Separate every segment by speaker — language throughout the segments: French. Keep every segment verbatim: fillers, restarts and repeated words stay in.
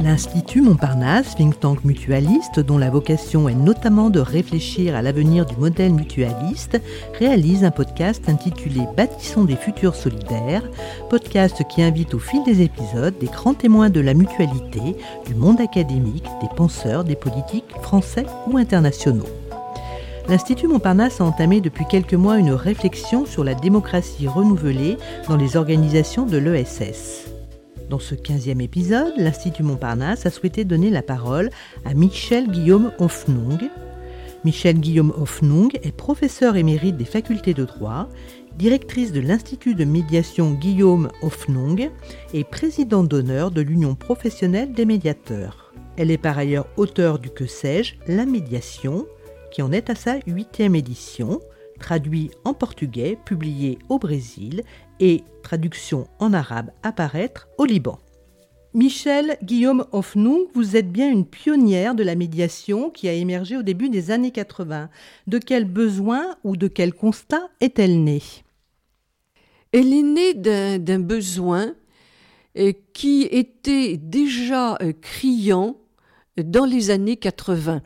Speaker 1: L'Institut Montparnasse, think tank mutualiste dont la vocation est notamment de réfléchir à l'avenir du modèle mutualiste, réalise un podcast intitulé « Bâtissons des futurs solidaires », podcast qui invite au fil des épisodes des grands témoins de la mutualité, du monde académique, des penseurs, des politiques français ou internationaux. L'Institut Montparnasse a entamé depuis quelques mois une réflexion sur la démocratie renouvelée dans les organisations de l'E S S. Dans ce quinzième épisode, l'Institut Montparnasse a souhaité donner la parole à Michèle Guillaume-Hoffnung. Michèle Guillaume-Hoffnung est professeure émérite des facultés de droit, directrice de l'Institut de médiation Guillaume-Hoffnung et présidente d'honneur de l'Union professionnelle des médiateurs. Elle est par ailleurs auteure du Que sais-je, la médiation, qui en est à sa huitième édition, traduit en portugais, publié au Brésil et traduction en arabe à paraître au Liban. Michèle Guillaume-Hoffnung, vous êtes bien une pionnière de la médiation qui a émergé au début des années quatre-vingts. De quel besoin ou de quel constat est-elle née ?
Speaker 2: Elle est née d'un, d'un besoin euh, qui était déjà euh, criant dans les années quatre-vingts.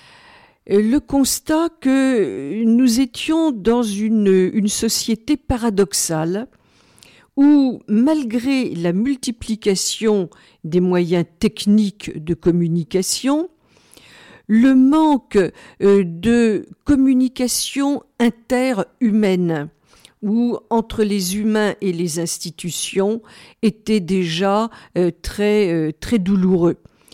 Speaker 2: Le constat que nous étions dans une, une société paradoxale où, malgré la multiplication des moyens techniques de communication, le manque de communication interhumaine ou entre les humains et les institutions était déjà très, très douloureux.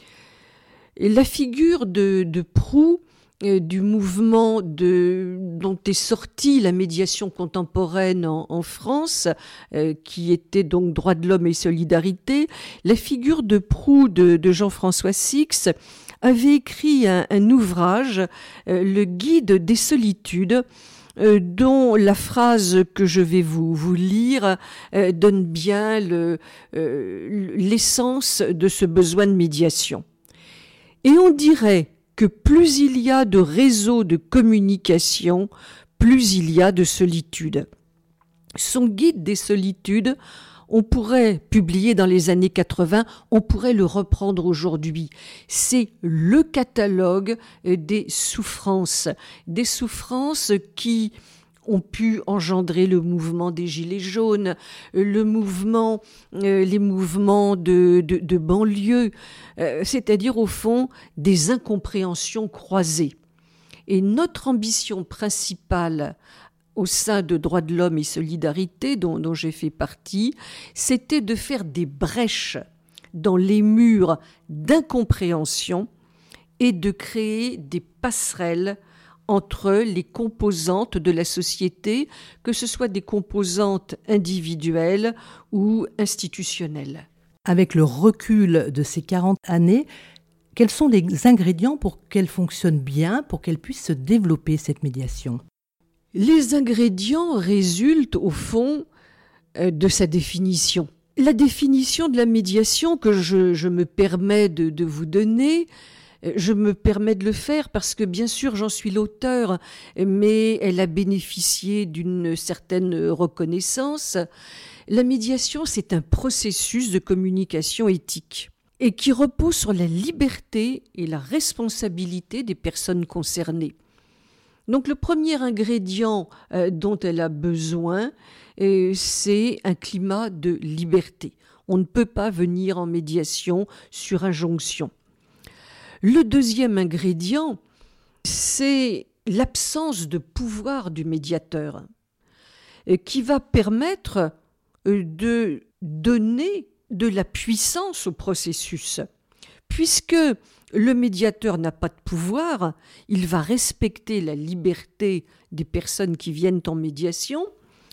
Speaker 2: Et la figure de, de proue du mouvement de, dont est sortie la médiation contemporaine en, en France, euh, qui était donc droits de l'homme et solidarité, la figure de proue de, de Jean-François Six avait écrit un, un ouvrage, euh, le Guide des solitudes, euh, dont la phrase que je vais vous, vous lire euh, donne bien le, euh, l'essence de ce besoin de médiation. Et on dirait que plus il y a de réseaux de communication, plus il y a de solitude. Son guide des solitudes, on pourrait, publié dans les années quatre-vingts, on pourrait le reprendre aujourd'hui. C'est le catalogue des souffrances, des souffrances qui ont pu engendrer le mouvement des Gilets jaunes, le mouvement, euh, les mouvements de, de, de banlieue, euh, c'est-à-dire au fond des incompréhensions croisées. Et notre ambition principale au sein de Droits de l'homme et Solidarité, dont, dont j'ai fait partie, c'était de faire des brèches dans les murs d'incompréhension et de créer des passerelles entre les composantes de la société, que ce soit des composantes individuelles ou institutionnelles.
Speaker 1: Avec le recul de ces quarante années, quels sont les ingrédients pour qu'elle fonctionne bien, pour qu'elle puisse se développer, cette médiation ?
Speaker 2: Les ingrédients résultent, au fond, de sa définition. La définition de la médiation que je, je me permets de, de vous donner, je me permets de le faire parce que, bien sûr, j'en suis l'auteur, mais elle a bénéficié d'une certaine reconnaissance. La médiation, c'est un processus de communication éthique et qui repose sur la liberté et la responsabilité des personnes concernées. Donc, le premier ingrédient euh, dont elle a besoin, euh, c'est un climat de liberté. On ne peut pas venir en médiation sur injonction. Le deuxième ingrédient, c'est l'absence de pouvoir du médiateur, qui va permettre de donner de la puissance au processus. Puisque le médiateur n'a pas de pouvoir, il va respecter la liberté des personnes qui viennent en médiation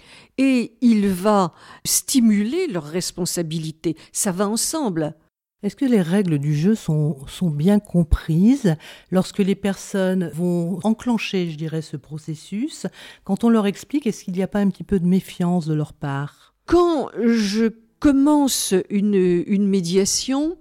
Speaker 2: et il va stimuler leur responsabilité. Ça va ensemble.
Speaker 1: Est-ce que les règles du jeu sont, sont bien comprises lorsque les personnes vont enclencher, je dirais, ce processus? Quand on leur explique, est-ce qu'il n'y a pas un petit peu de méfiance de leur part?
Speaker 2: Quand je commence une, une médiation,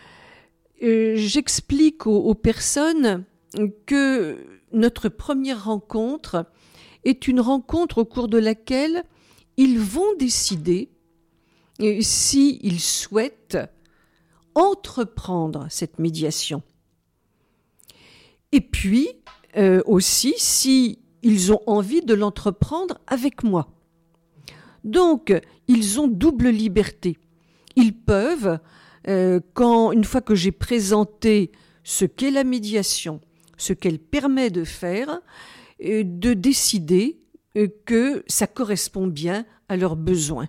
Speaker 2: euh, j'explique aux, aux personnes que notre première rencontre est une rencontre au cours de laquelle ils vont décider s'ils souhaitent entreprendre cette médiation. Et puis, euh, aussi, si ils ont envie de l'entreprendre avec moi. Donc, ils ont double liberté. Ils peuvent, euh, quand, une fois que j'ai présenté ce qu'est la médiation, ce qu'elle permet de faire, euh, de décider euh, que ça correspond bien à leurs besoins.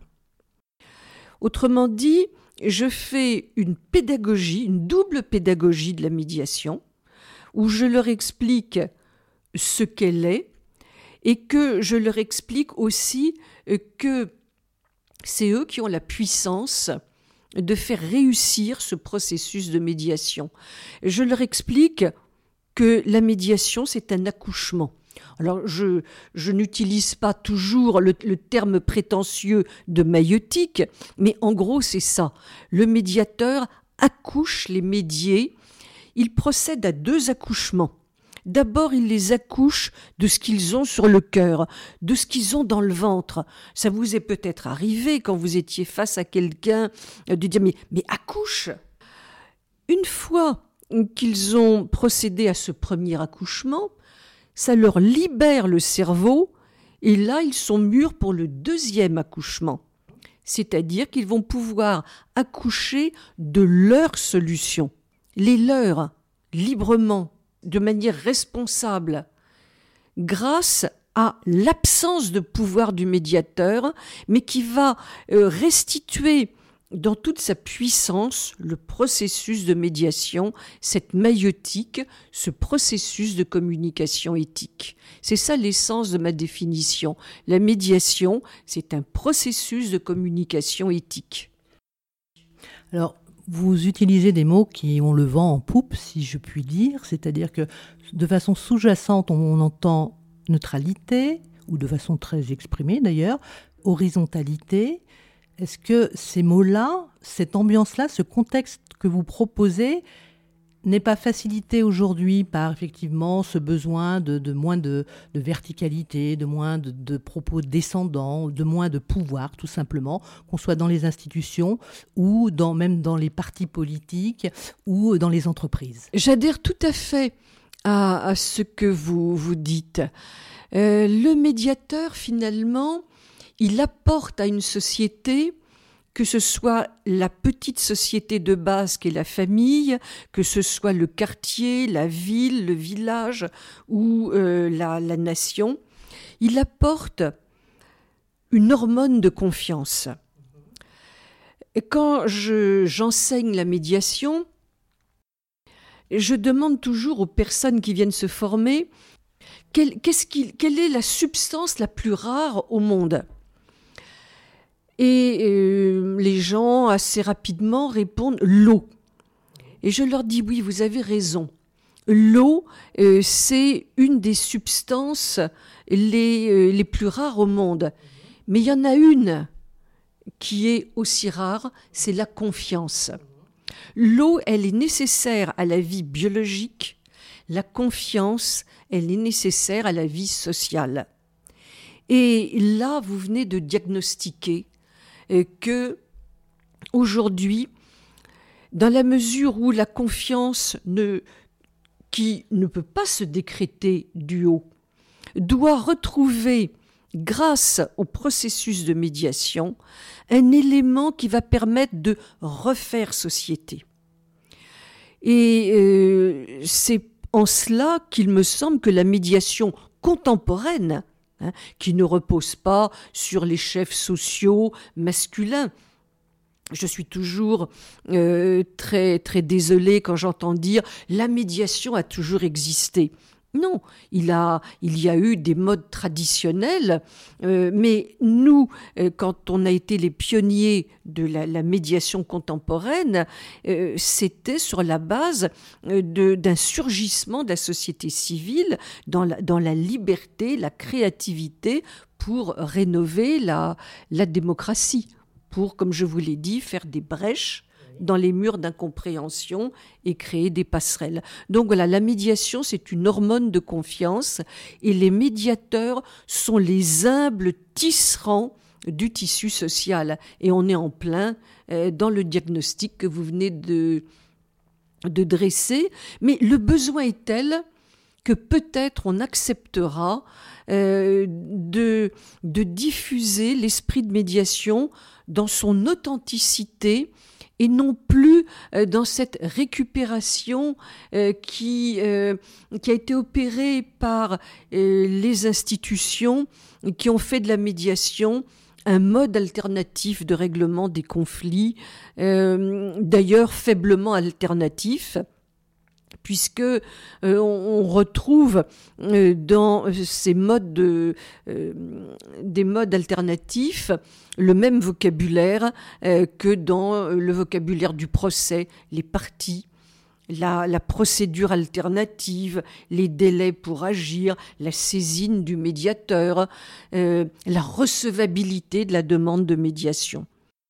Speaker 2: Autrement dit, je fais une pédagogie, une double pédagogie de la médiation, où je leur explique ce qu'elle est et que je leur explique aussi que c'est eux qui ont la puissance de faire réussir ce processus de médiation. Je leur explique que la médiation, c'est un accouchement. Alors, je, je n'utilise pas toujours le, le terme prétentieux de maïeutique, mais en gros, c'est ça. Le médiateur accouche les médiés. Il procède à deux accouchements. D'abord, il les accouche de ce qu'ils ont sur le cœur, de ce qu'ils ont dans le ventre. Ça vous est peut-être arrivé quand vous étiez face à quelqu'un de dire « mais, mais accouche !» Une fois qu'ils ont procédé à ce premier accouchement, ça leur libère le cerveau et là, ils sont mûrs pour le deuxième accouchement. C'est-à-dire qu'ils vont pouvoir accoucher de leurs solutions, les leurs, librement, de manière responsable, grâce à l'absence de pouvoir du médiateur, mais qui va restituer dans toute sa puissance le processus de médiation, cette maïeutique, ce processus de communication éthique. C'est ça l'essence de ma définition. La médiation, c'est un processus de communication éthique.
Speaker 1: Alors, vous utilisez des mots qui ont le vent en poupe, si je puis dire, c'est-à-dire que de façon sous-jacente, on entend neutralité, ou de façon très exprimée d'ailleurs, horizontalité. Est-ce que ces mots-là, cette ambiance-là, ce contexte que vous proposez n'est pas facilité aujourd'hui par effectivement ce besoin de, de moins de, de verticalité, de moins de, de propos descendants, de moins de pouvoir tout simplement, qu'on soit dans les institutions ou dans, même dans les partis politiques ou dans les entreprises?
Speaker 2: J'adhère tout à fait à, à ce que vous, vous dites. Euh, le médiateur, finalement, il apporte à une société, que ce soit la petite société de base qu'est la famille, que ce soit le quartier, la ville, le village ou euh, la, la nation, il apporte une hormone de confiance. Et quand je, j'enseigne la médiation, je demande toujours aux personnes qui viennent se former quelle, qu'est-ce qui, quelle est la substance la plus rare au monde. Et euh, les gens, assez rapidement, répondent « l'eau ». Et je leur dis « oui, vous avez raison. L'eau, euh, c'est une des substances les, euh, les plus rares au monde. Mais il y en a une qui est aussi rare, c'est la confiance. L'eau, elle est nécessaire à la vie biologique. La confiance, elle est nécessaire à la vie sociale. Et là, vous venez de diagnostiquer que aujourd'hui, dans la mesure où la confiance ne, qui ne peut pas se décréter du haut, doit retrouver, grâce au processus de médiation, un élément qui va permettre de refaire société. Et euh, c'est en cela qu'il me semble que la médiation contemporaine, Hein, qui ne repose pas sur les chefs sociaux masculins. Je suis toujours euh, très, très désolée quand j'entends dire « la médiation a toujours existé ». Non, il, a, il y a eu des modes traditionnels, euh, mais nous, euh, quand on a été les pionniers de la, la médiation contemporaine, euh, c'était sur la base euh, de, d'un surgissement de la société civile dans la, dans la liberté, la créativité pour rénover la, la démocratie, pour, comme je vous l'ai dit, faire des brèches dans les murs d'incompréhension et créer des passerelles. Donc voilà, la médiation, c'est une hormone de confiance et les médiateurs sont les humbles tisserands du tissu social. Et on est en plein euh, dans le diagnostic que vous venez de, de dresser. Mais le besoin est tel que peut-être on acceptera euh, de, de diffuser l'esprit de médiation dans son authenticité et non plus euh, dans cette récupération euh, qui, euh, qui a été opérée par euh, les institutions qui ont fait de la médiation un mode alternatif de règlement des conflits, euh, d'ailleurs faiblement alternatif, puisque euh, on, on retrouve euh, dans ces modes de, euh, des modes alternatifs le même vocabulaire euh, que dans le vocabulaire du procès, les parties, la, la procédure alternative, les délais pour agir, la saisine du médiateur, euh, la recevabilité de la demande de médiation.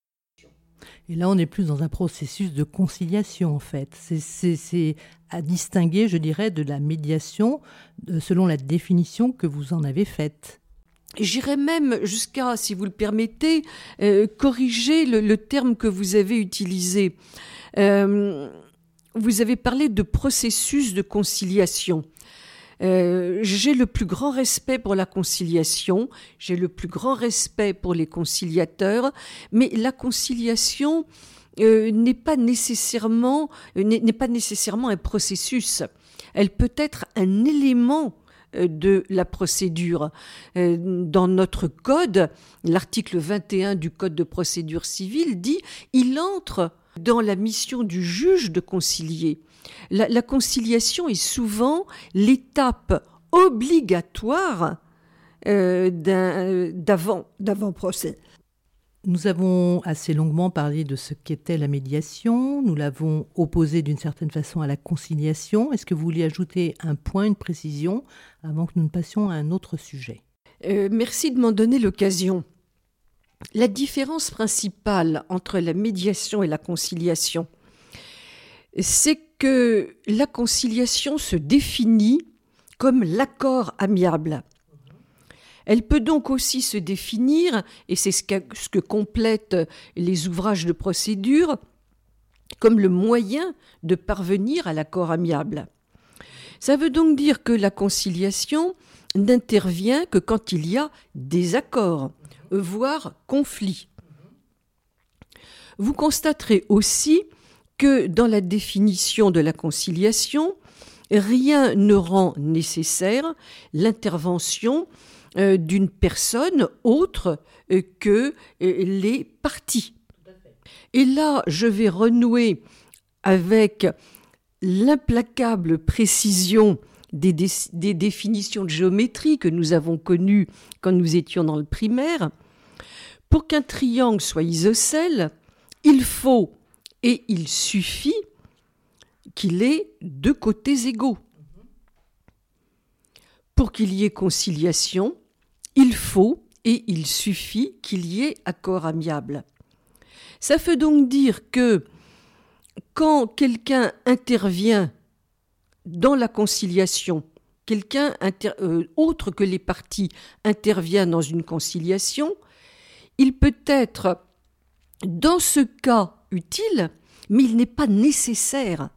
Speaker 1: Et là, on est plus dans un processus de conciliation, en fait. C'est, c'est, c'est à distinguer, je dirais, de la médiation euh, selon la définition que vous en avez faite.
Speaker 2: J'irais même jusqu'à, si vous le permettez, euh, corriger le, le terme que vous avez utilisé. Euh, vous avez parlé de processus de conciliation. Euh, j'ai le plus grand respect pour la conciliation, j'ai le plus grand respect pour les conciliateurs, mais la conciliation euh, n'est pas nécessairement, n'est, n'est pas nécessairement un processus. Elle peut être un élément de la procédure. Dans notre code, l'article vingt et un du Code de procédure civile dit « il entre dans la mission du juge de concilier ». La, la conciliation est souvent l'étape obligatoire euh, d'un, d'avant, d'avant-procès.
Speaker 1: Nous avons assez longuement parlé de ce qu'était la médiation. Nous l'avons opposée d'une certaine façon à la conciliation. Est-ce que vous vouliez ajouter un point, une précision, avant que nous ne passions à un autre sujet ?
Speaker 2: euh, Merci de m'en donner l'occasion. La différence principale entre la médiation et la conciliation, c'est que la conciliation se définit comme l'accord amiable. Elle peut donc aussi se définir, et c'est ce que, ce que complètent les ouvrages de procédure, comme le moyen de parvenir à l'accord amiable. Ça veut donc dire que la conciliation n'intervient que quand il y a désaccord, voire conflit. Vous constaterez aussi que dans la définition de la conciliation, rien ne rend nécessaire l'intervention euh, d'une personne autre euh, que euh, les parties. Et là, je vais renouer avec l'implacable précision des, dé- des définitions de géométrie que nous avons connues quand nous étions dans le primaire. Pour qu'un triangle soit isocèle, il faut et il suffit qu'il ait deux côtés égaux. Pour qu'il y ait conciliation, il faut et il suffit qu'il y ait accord amiable. Ça veut donc dire que quand quelqu'un intervient dans la conciliation, quelqu'un inter- euh, autre que les parties intervient dans une conciliation, il peut être dans ce cas utile, mais il n'est pas nécessaire.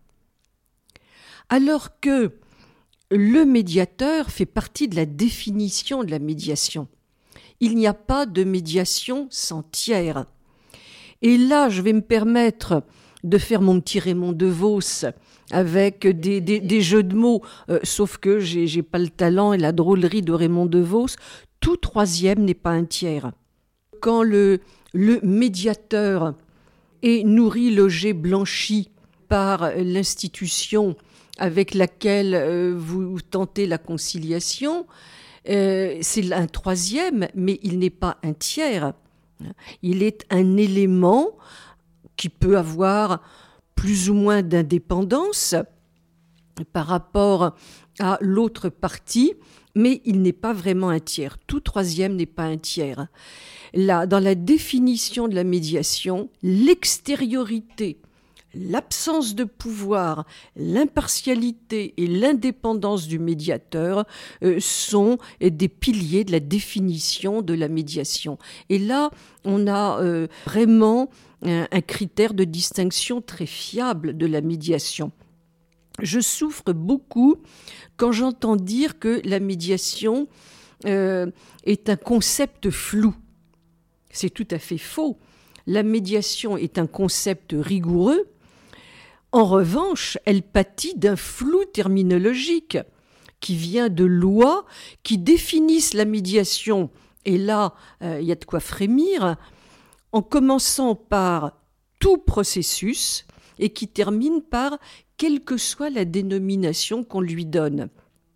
Speaker 2: Alors que le médiateur fait partie de la définition de la médiation. Il n'y a pas de médiation sans tiers. Et là, je vais me permettre de faire mon petit Raymond DeVos avec des, des, des jeux de mots, euh, sauf que j'ai, j'ai pas le talent et la drôlerie de Raymond DeVos. Tout troisième n'est pas un tiers. Quand le, le médiateur est nourri, logé, blanchi par l'institution avec laquelle euh, vous tentez la conciliation, euh, c'est un troisième, mais il n'est pas un tiers. Il est un élément qui peut avoir plus ou moins d'indépendance par rapport à l'autre partie, mais il n'est pas vraiment un tiers. Tout troisième n'est pas un tiers. Là, dans la définition de la médiation, l'extériorité, l'absence de pouvoir, l'impartialité et l'indépendance du médiateur euh, sont des piliers de la définition de la médiation. Et là, on a euh, vraiment un, un critère de distinction très fiable de la médiation. Je souffre beaucoup quand j'entends dire que la médiation euh, est un concept flou. C'est tout à fait faux. La médiation est un concept rigoureux. En revanche, elle pâtit d'un flou terminologique qui vient de lois qui définissent la médiation. Et là, euh, il y a de quoi frémir, en commençant par tout processus et qui termine par quelle que soit la dénomination qu'on lui donne.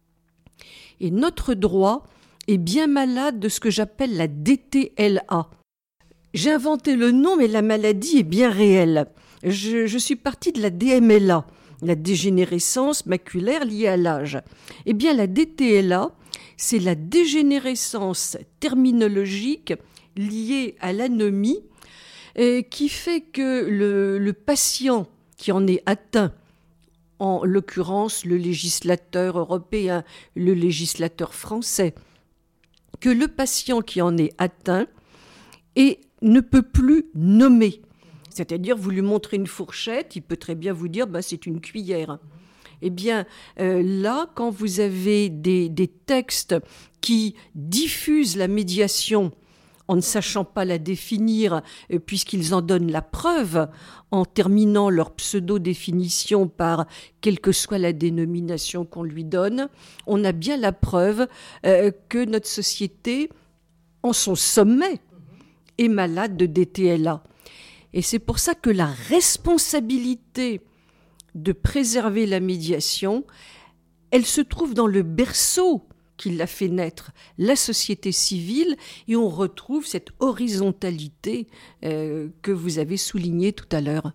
Speaker 2: Et notre droit est bien malade de ce que j'appelle la D T L A. J'ai inventé le nom, mais la maladie est bien réelle. Je, je suis partie de la D M L A, la dégénérescence maculaire liée à l'âge. Eh bien, la D T L A, c'est la dégénérescence terminologique liée à l'anomie euh, qui fait que le, le patient qui en est atteint, en l'occurrence le législateur européen, le législateur français, que le patient qui en est atteint et ne peut plus nommer. C'est-à-dire, vous lui montrez une fourchette, il peut très bien vous dire bah, « c'est une cuillère ». Eh bien, euh, là, quand vous avez des, des textes qui diffusent la médiation en ne sachant pas la définir, euh, puisqu'ils en donnent la preuve, en terminant leur pseudo-définition par quelle que soit la dénomination qu'on lui donne, on a bien la preuve euh, que notre société, en son sommet, est malade de D T L A. Et c'est pour ça que la responsabilité de préserver la médiation, elle se trouve dans le berceau qui l'a fait naître, la société civile, et on retrouve cette horizontalité euh, que vous avez soulignée tout à l'heure.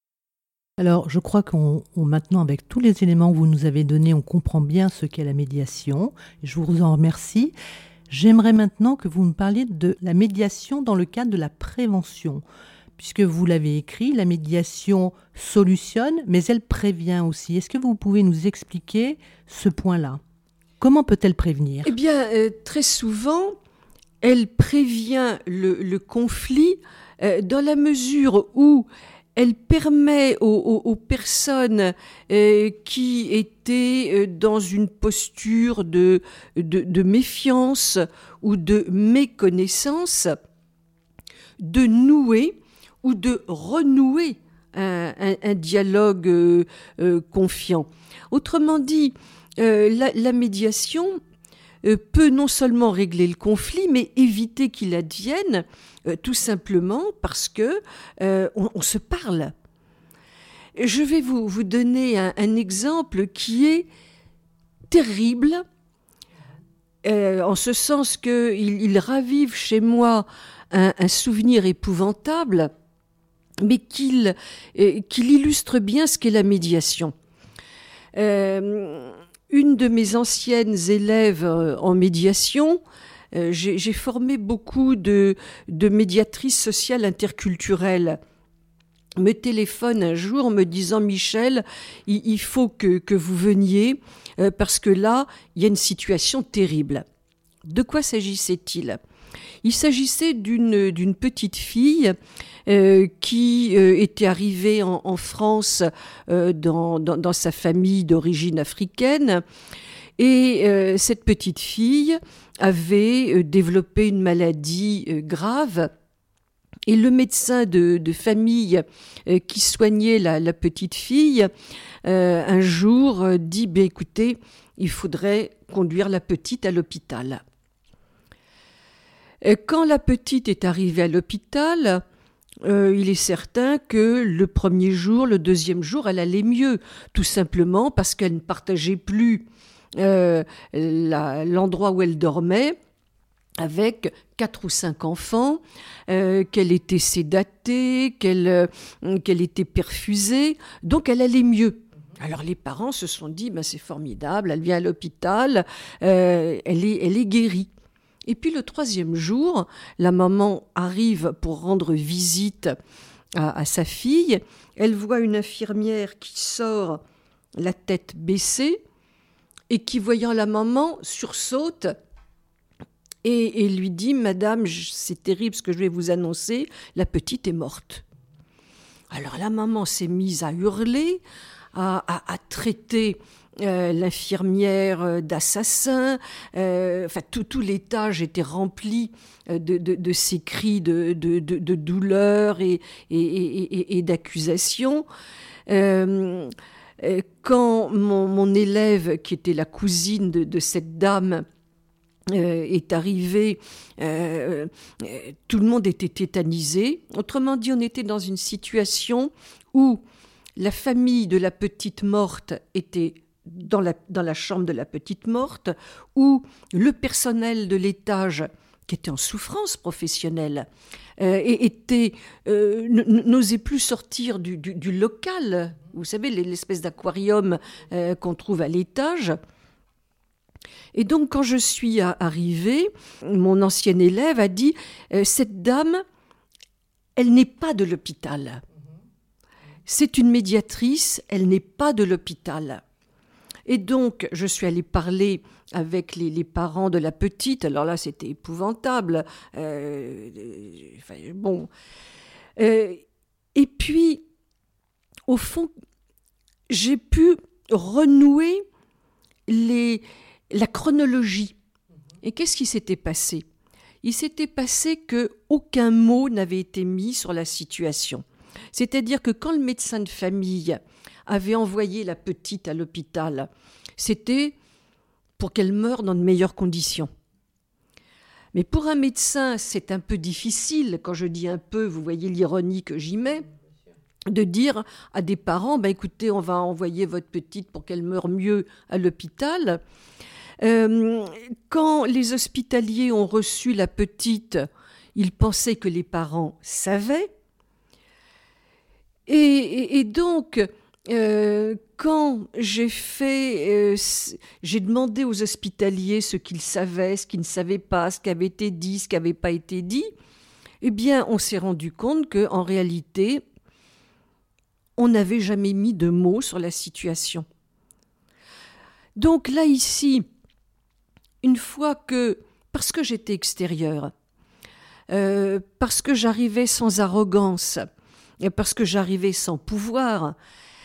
Speaker 1: Alors, je crois qu'on on, maintenant, avec tous les éléments que vous nous avez donnés, on comprend bien ce qu'est la médiation. Je vous en remercie. J'aimerais maintenant que vous me parliez de la médiation dans le cadre de la prévention. Puisque vous l'avez écrit, la médiation solutionne, mais elle prévient aussi. Est-ce que vous pouvez nous expliquer ce point-là ? Comment peut-elle prévenir ?
Speaker 2: Eh bien, euh, très souvent, elle prévient le, le conflit euh, dans la mesure où elle permet aux, aux, aux personnes euh, qui étaient euh, dans une posture de, de, de méfiance ou de méconnaissance de nouer ou de renouer un, un, un dialogue euh, euh, confiant. Autrement dit, euh, la, la médiation euh, peut non seulement régler le conflit, mais éviter qu'il advienne, euh, tout simplement parce que euh, on, on se parle. Je vais vous, vous donner un, un exemple qui est terrible, euh, en ce sens qu'il il ravive chez moi un, un souvenir épouvantable, mais qu'il, euh, qu'il illustre bien ce qu'est la médiation. Euh, une de mes anciennes élèves en médiation, euh, j'ai, j'ai formé beaucoup de, de médiatrices sociales interculturelles, me téléphone un jour en me disant « Michel, il, il faut que, que vous veniez euh, parce que là, il y a une situation terrible. » De quoi s'agissait-il ? Il s'agissait d'une, d'une petite fille euh, qui euh, était arrivée en, en France euh, dans, dans, dans sa famille d'origine africaine. Et euh, cette petite fille avait euh, développé une maladie euh, grave. Et le médecin de, de famille euh, qui soignait la, la petite fille, euh, un jour euh, dit bah, « écoutez, il faudrait conduire la petite à l'hôpital ». Quand la petite est arrivée à l'hôpital, euh, il est certain que le premier jour, le deuxième jour, elle allait mieux, tout simplement parce qu'elle ne partageait plus euh, la, l'endroit où elle dormait avec quatre ou cinq enfants, euh, qu'elle était sédatée, qu'elle, euh, qu'elle était perfusée, donc elle allait mieux. Alors les parents se sont dit ben, « c'est formidable, elle vient à l'hôpital, euh, elle est, elle est guérie ». Et puis le troisième jour, la maman arrive pour rendre visite à, à sa fille. Elle voit une infirmière qui sort la tête baissée et qui, voyant la maman, sursaute et, et lui dit « Madame, c'est terrible ce que je vais vous annoncer, la petite est morte. » Alors la maman s'est mise à hurler, à, à, à traiter euh, l'infirmière d'assassin. Euh, enfin, tout, tout l'étage était rempli de, de, de ces cris de, de, de, de douleur et, et, et, et, et d'accusation. Euh, quand mon, mon élève, qui était la cousine de, de cette dame, Euh, est arrivé, euh, euh, tout le monde était tétanisé. Autrement dit, on était dans une situation où la famille de la petite morte était dans la, dans la chambre de la petite morte, où le personnel de l'étage, qui était en souffrance professionnelle, euh, était, euh, n'osait plus sortir du, du, du local, vous savez, l'espèce d'aquarium euh, qu'on trouve à l'étage. Et donc, quand je suis arrivée, mon ancien élève a dit euh, « Cette dame, elle n'est pas de l'hôpital. C'est une médiatrice, elle n'est pas de l'hôpital. » Et donc, je suis allée parler avec les, les parents de la petite. Alors là, c'était épouvantable. Euh, enfin, bon. Euh, et puis, au fond, j'ai pu renouer les... la chronologie. Et qu'est-ce qui s'était passé ? Il s'était passé qu'aucun mot n'avait été mis sur la situation. C'est-à-dire que quand le médecin de famille avait envoyé la petite à l'hôpital, c'était pour qu'elle meure dans de meilleures conditions. Mais pour un médecin, c'est un peu difficile, quand je dis un peu, vous voyez l'ironie que j'y mets, de dire à des parents, bah, écoutez, on va envoyer votre petite pour qu'elle meure mieux à l'hôpital. Euh, quand les hospitaliers ont reçu la petite, ils pensaient que les parents savaient. Et, et, et donc, euh, quand j'ai fait, euh, j'ai demandé aux hospitaliers ce qu'ils savaient, ce qu'ils ne savaient pas, ce qui avait été dit, ce qui n'avait pas été dit, eh bien, on s'est rendu compte qu'en réalité, on n'avait jamais mis de mots sur la situation. Donc là, ici, une fois que, parce que j'étais extérieure, euh, parce que j'arrivais sans arrogance, parce que j'arrivais sans pouvoir,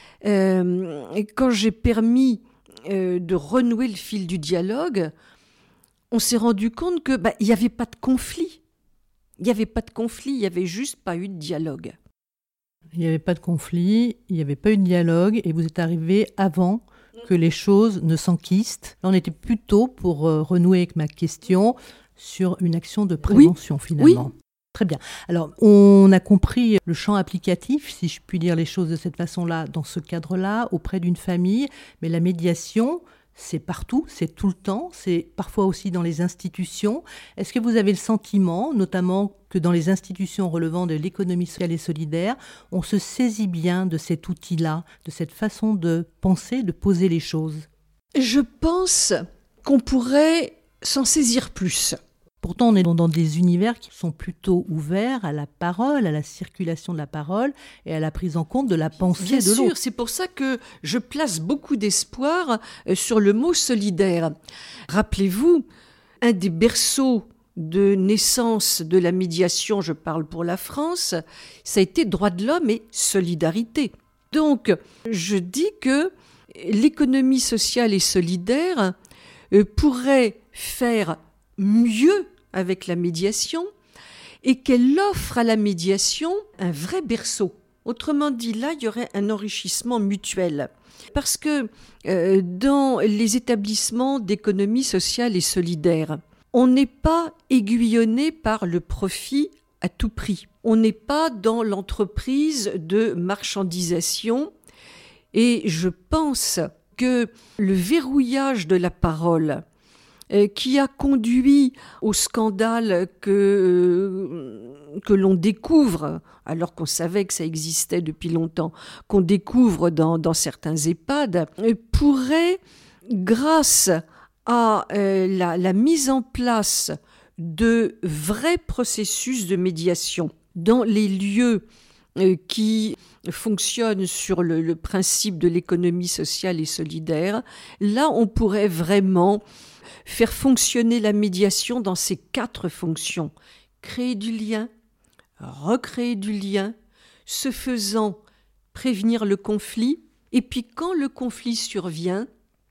Speaker 2: euh, et quand j'ai permis euh, de renouer le fil du dialogue, on s'est rendu compte que bah, il n'y avait pas de conflit. Il n'y avait pas de conflit, il n'y avait juste pas eu de dialogue.
Speaker 1: Il n'y avait pas de conflit, il n'y avait pas eu de dialogue, et vous êtes arrivé avant que les choses ne s'enquistent. Là, on était plutôt, pour euh, renouer avec ma question, sur une action de prévention, oui, finalement. Oui. Très bien. Alors, on a compris le champ applicatif, si je puis dire les choses de cette façon-là, dans ce cadre-là, auprès d'une famille, mais la médiation, c'est partout, c'est tout le temps, c'est parfois aussi dans les institutions. Est-ce que vous avez le sentiment, notamment que dans les institutions relevant de l'économie sociale et solidaire, on se saisit bien de cet outil-là, de cette façon de penser, de poser les choses ?
Speaker 2: Je pense qu'on pourrait s'en saisir plus.
Speaker 1: Pourtant, on est dans des univers qui sont plutôt ouverts à la parole, à la circulation de la parole et à la prise en compte de la pensée
Speaker 2: Bien
Speaker 1: de l'autre.
Speaker 2: Bien sûr, c'est pour ça que je place beaucoup d'espoir sur le mot solidaire. Rappelez-vous, un des berceaux de naissance de la médiation, je parle pour la France, ça a été droits de l'homme et solidarité. Donc, je dis que l'économie sociale et solidaire pourrait faire mieux avec la médiation et qu'elle offre à la médiation un vrai berceau. Autrement dit, là, il y aurait un enrichissement mutuel. Parce que euh, dans les établissements d'économie sociale et solidaire, on n'est pas aiguillonné par le profit à tout prix. On n'est pas dans l'entreprise de marchandisation. Et je pense que le verrouillage de la parole qui a conduit au scandale que, euh, que l'on découvre, alors qu'on savait que ça existait depuis longtemps, qu'on découvre dans, dans certains EHPAD, pourrait, grâce à euh, la, la mise en place de vrais processus de médiation dans les lieux euh, qui fonctionne sur le, le principe de l'économie sociale et solidaire, là on pourrait vraiment faire fonctionner la médiation dans ces quatre fonctions. Créer du lien, recréer du lien, ce faisant prévenir le conflit, et puis quand le conflit survient,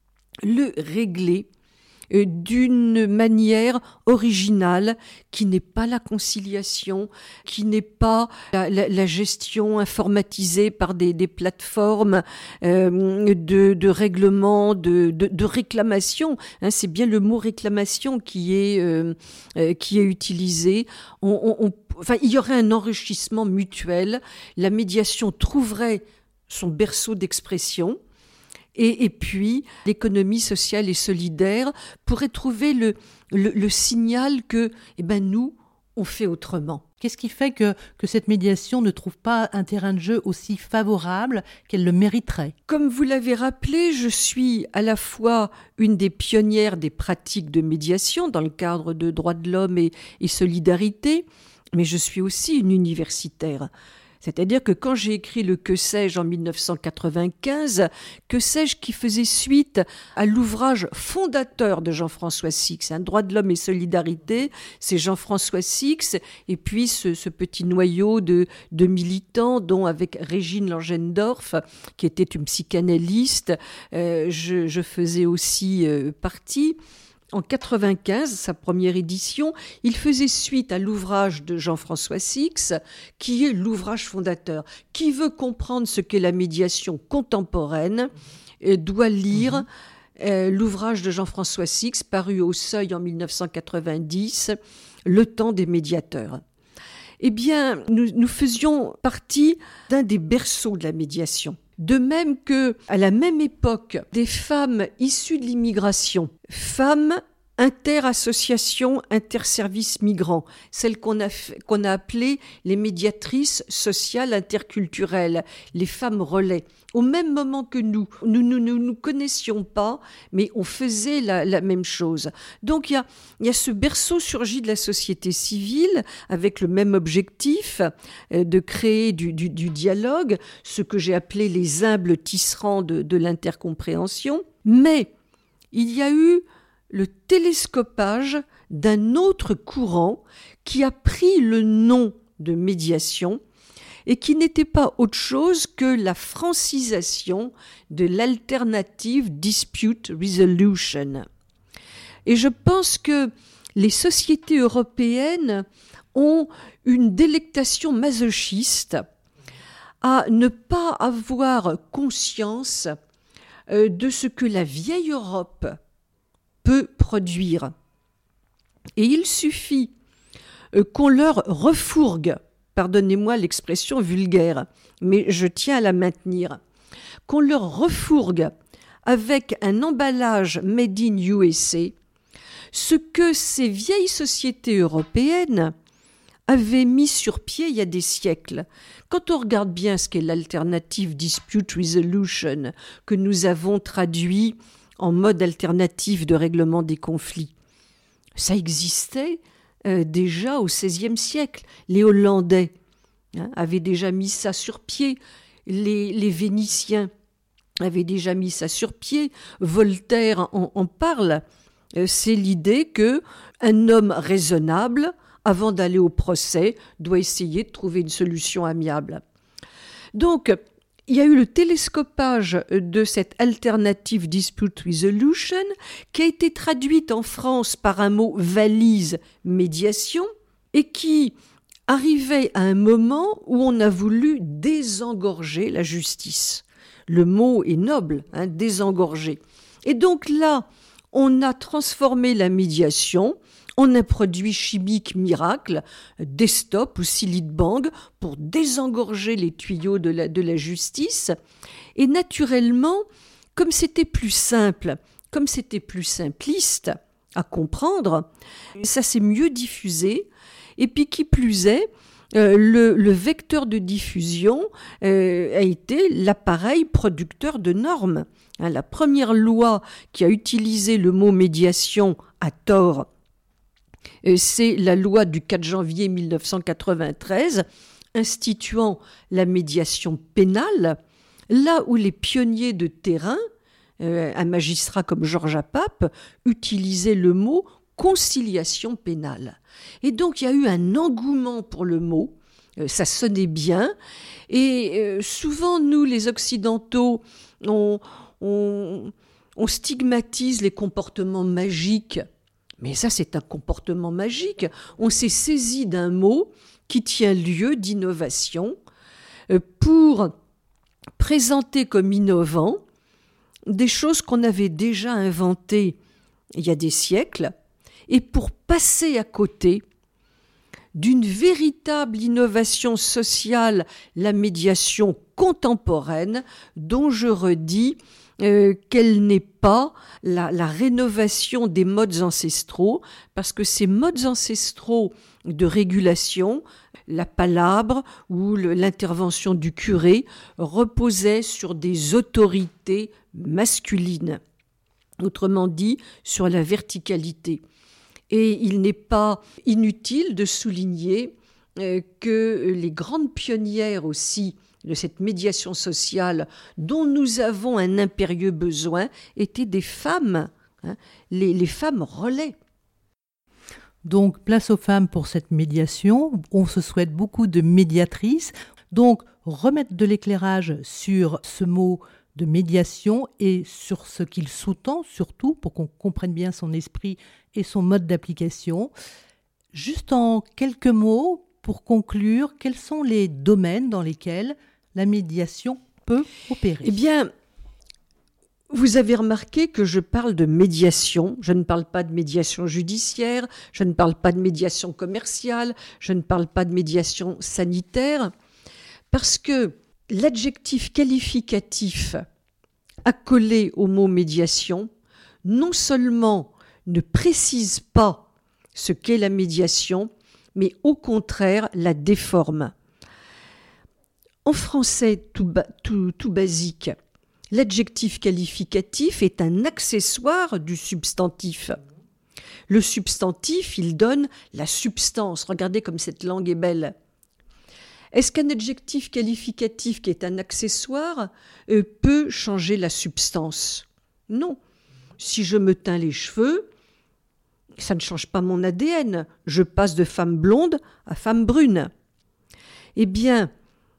Speaker 2: le régler euh, d'une manière originale qui n'est pas la conciliation, qui n'est pas la, la, la gestion informatisée par des, des plateformes euh, de, de règlement, de, de, de réclamation. Hein, c'est bien le mot réclamation qui est, euh, euh, qui est utilisé. On, on, on, enfin, il y aurait un enrichissement mutuel. La médiation trouverait son berceau d'expression. Et, et puis, l'économie sociale et solidaire pourrait trouver le, le, le signal que, eh ben, nous, on fait autrement.
Speaker 1: Qu'est-ce qui fait que, que cette médiation ne trouve pas un terrain de jeu aussi favorable qu'elle le mériterait ?
Speaker 2: Comme vous l'avez rappelé, je suis à la fois une des pionnières des pratiques de médiation dans le cadre de droits de l'homme et, et solidarité, mais je suis aussi une universitaire. C'est-à-dire que quand j'ai écrit le Que sais-je en dix-neuf cent quatre-vingt-quinze, Que sais-je qui faisait suite à l'ouvrage fondateur de Jean-François Six, hein, Droits de l'homme et solidarité, c'est Jean-François Six, et puis ce, ce petit noyau de, de militants, dont avec Régine Langendorf, qui était une psychanalyste, euh, je, je faisais aussi euh, partie. En quatre-vingt-quinze, sa première édition, il faisait suite à l'ouvrage de Jean-François Six, qui est l'ouvrage fondateur. Qui veut comprendre ce qu'est la médiation contemporaine doit lire mmh. euh, l'ouvrage de Jean-François Six, paru au Seuil en dix-neuf cent quatre-vingt-dix, Le temps des médiateurs. Eh bien, nous, nous faisions partie d'un des berceaux de la médiation. De même que, à la même époque, des femmes issues de l'immigration, femmes inter-associations, inter-services migrants, celles qu'on a, qu'on a appelées les médiatrices sociales interculturelles, les femmes relais. Au même moment que nous, nous ne nous, nous, nous connaissions pas, mais on faisait la, la même chose. Donc il y a, il y a ce berceau surgi de la société civile avec le même objectif euh, de créer du, du, du dialogue, ce que j'ai appelé les humbles tisserands de, de l'intercompréhension. Mais il y a eu le télescopage d'un autre courant qui a pris le nom de médiation et qui n'était pas autre chose que la francisation de l'alternative dispute resolution. Et je pense que les sociétés européennes ont une délectation masochiste à ne pas avoir conscience de ce que la vieille Europe peut produire. Et il suffit qu'on leur refourgue, pardonnez-moi l'expression vulgaire, mais je tiens à la maintenir, qu'on leur refourgue avec un emballage made in U S A ce que ces vieilles sociétés européennes avaient mis sur pied il y a des siècles. Quand on regarde bien ce qu'est l'alternative dispute resolution, que nous avons traduit en mode alternatif de règlement des conflits, ça existait euh, déjà au seizième siècle. Les Hollandais hein, avaient déjà mis ça sur pied. Les, les Vénitiens avaient déjà mis ça sur pied. Voltaire en, en parle. Euh, c'est l'idée qu'un homme raisonnable, avant d'aller au procès, doit essayer de trouver une solution amiable. Donc, il y a eu le télescopage de cette alternative dispute resolution qui a été traduite en France par un mot valise médiation et qui arrivait à un moment où on a voulu désengorger la justice. Le mot est noble, hein, désengorger. Et donc là, on a transformé la médiation en un produit chimique miracle, Destop ou Silitbang, pour désengorger les tuyaux de la, de la justice. Et naturellement, comme c'était plus simple, comme c'était plus simpliste à comprendre, ça s'est mieux diffusé. Et puis qui plus est, euh, le, le vecteur de diffusion euh, a été l'appareil producteur de normes. Hein, la première loi qui a utilisé le mot médiation à tort, c'est la loi du quatre janvier mille neuf cent quatre-vingt-treize, instituant la médiation pénale, là où les pionniers de terrain, euh, un magistrat comme Georges Apap, utilisaient le mot conciliation pénale. Et donc il y a eu un engouement pour le mot, euh, ça sonnait bien, et euh, souvent nous les Occidentaux, on, on, on stigmatise les comportements magiques, mais ça c'est un comportement magique, on s'est saisi d'un mot qui tient lieu d'innovation euh, pour présenter comme innovant des choses qu'on avait déjà inventées il y a des siècles, et pour passer à côté d'une véritable innovation sociale, la médiation contemporaine, dont je redis euh, qu'elle n'est pas la, la rénovation des modes ancestraux, parce que ces modes ancestraux de régulation, la palabre ou le, l'intervention du curé, reposaient sur des autorités masculines, autrement dit sur la verticalité. Et il n'est pas inutile de souligner euh, que les grandes pionnières aussi de cette médiation sociale dont nous avons un impérieux besoin étaient des femmes, hein, les, les femmes relais.
Speaker 1: Donc, place aux femmes pour cette médiation. On se souhaite beaucoup de médiatrices. Donc, remettre de l'éclairage sur ce mot de médiation et sur ce qu'il sous-tend, surtout pour qu'on comprenne bien son esprit et son mode d'application. Juste en quelques mots, pour conclure, quels sont les domaines dans lesquels la médiation peut opérer ?
Speaker 2: Eh bien, vous avez remarqué que je parle de médiation. Je ne parle pas de médiation judiciaire, je ne parle pas de médiation commerciale, je ne parle pas de médiation sanitaire, parce que l'adjectif qualificatif accolé au mot médiation, non seulement ne précise pas ce qu'est la médiation, mais au contraire la déforme. En français tout, ba- tout, tout basique, l'adjectif qualificatif est un accessoire du substantif. Le substantif, il donne la substance. Regardez comme cette langue est belle. Est-ce qu'un adjectif qualificatif qui est un accessoire euh, peut changer la substance ? Non. Si je me teins les cheveux, ça ne change pas mon A D N. Je passe de femme blonde à femme brune. Eh bien,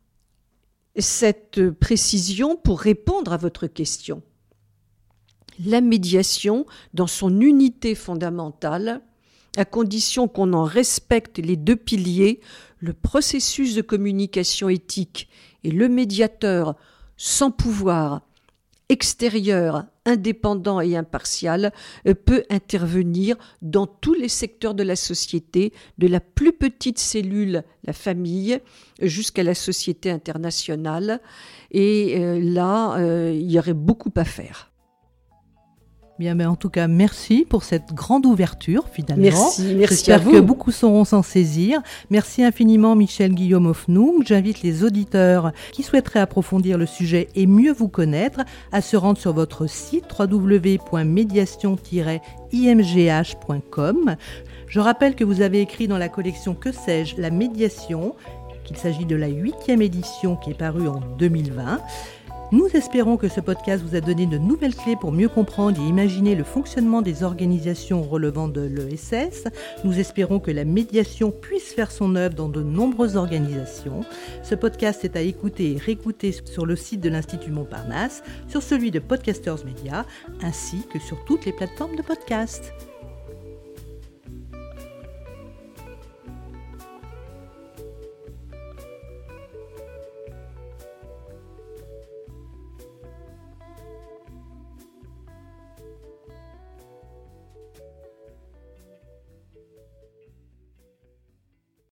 Speaker 2: cette précision pour répondre à votre question. La médiation, dans son unité fondamentale, à condition qu'on en respecte les deux piliers, le processus de communication éthique et le médiateur sans pouvoir, extérieur, indépendant et impartial, peut intervenir dans tous les secteurs de la société, de la plus petite cellule, la famille, jusqu'à la société internationale. Et euh, là, euh, il y aurait beaucoup à faire.
Speaker 1: Bien, mais en tout cas, merci pour cette grande ouverture, finalement.
Speaker 2: Merci, merci
Speaker 1: J'espère
Speaker 2: à vous.
Speaker 1: que beaucoup sauront s'en saisir. Merci infiniment, Michèle Guillaume Hoffnung. J'invite les auditeurs qui souhaiteraient approfondir le sujet et mieux vous connaître à se rendre sur votre site w w w point médiation tiret i m g h point com. Je rappelle que vous avez écrit dans la collection Que sais-je, la médiation, qu'il s'agit de la huitième édition qui est parue en deux mille vingt. Nous espérons que ce podcast vous a donné de nouvelles clés pour mieux comprendre et imaginer le fonctionnement des organisations relevant de l'E S S. Nous espérons que la médiation puisse faire son œuvre dans de nombreuses organisations. Ce podcast est à écouter et réécouter sur le site de l'Institut Montparnasse, sur celui de Podcasters Media, ainsi que sur toutes les plateformes de podcast.